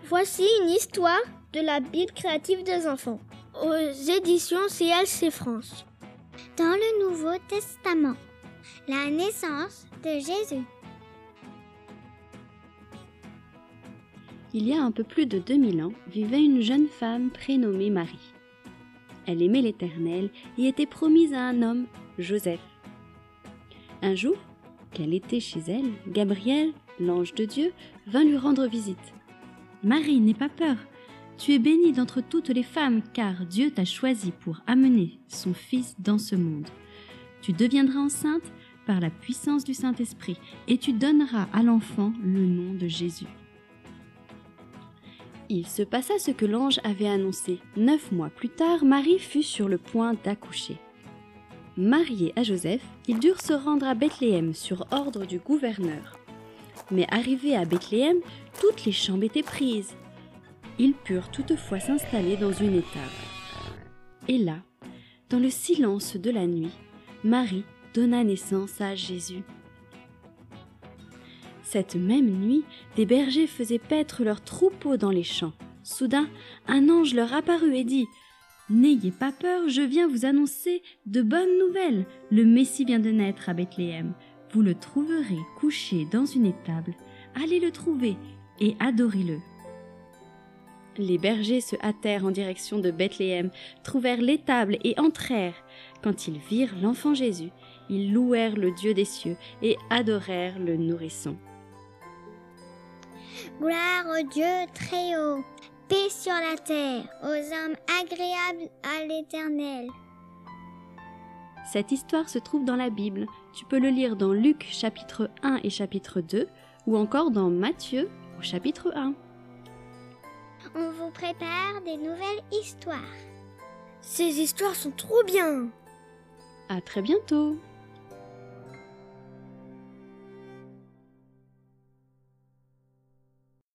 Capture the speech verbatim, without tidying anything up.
Voici une histoire de la Bible créative des enfants, aux éditions C L C France. Dans le Nouveau Testament, la naissance de Jésus. Il y a un peu plus de deux mille ans, vivait une jeune femme prénommée Marie. Elle aimait l'Éternel et était promise à un homme, Joseph. Un jour, qu'elle était chez elle, Gabriel, l'ange de Dieu, vint lui rendre visite. « Marie, n'aie pas peur, tu es bénie d'entre toutes les femmes, car Dieu t'a choisie pour amener son Fils dans ce monde. Tu deviendras enceinte par la puissance du Saint-Esprit, et tu donneras à l'enfant le nom de Jésus. » Il se passa ce que l'ange avait annoncé. Neuf mois plus tard, Marie fut sur le point d'accoucher. Mariée à Joseph, ils durent se rendre à Bethléem sur ordre du gouverneur. Mais arrivés à Bethléem, toutes les chambres étaient prises. Ils purent toutefois s'installer dans une étable. Et là, dans le silence de la nuit, Marie donna naissance à Jésus. Cette même nuit, des bergers faisaient paître leurs troupeaux dans les champs. Soudain, un ange leur apparut et dit « N'ayez pas peur, je viens vous annoncer de bonnes nouvelles. Le Messie vient de naître à Bethléem. Vous le trouverez couché dans une étable. Allez le trouver et adorez-le. » Les bergers se hâtèrent en direction de Bethléem, trouvèrent l'étable et entrèrent. Quand ils virent l'enfant Jésus, ils louèrent le Dieu des cieux et adorèrent le nourrisson. Gloire au Dieu très haut, paix sur la terre, aux hommes agréables à l'Éternel. Cette histoire se trouve dans la Bible. Tu peux le lire dans Luc chapitre un et chapitre deux ou encore dans Matthieu au chapitre un. On vous prépare des nouvelles histoires. Ces histoires sont trop bien! À très bientôt!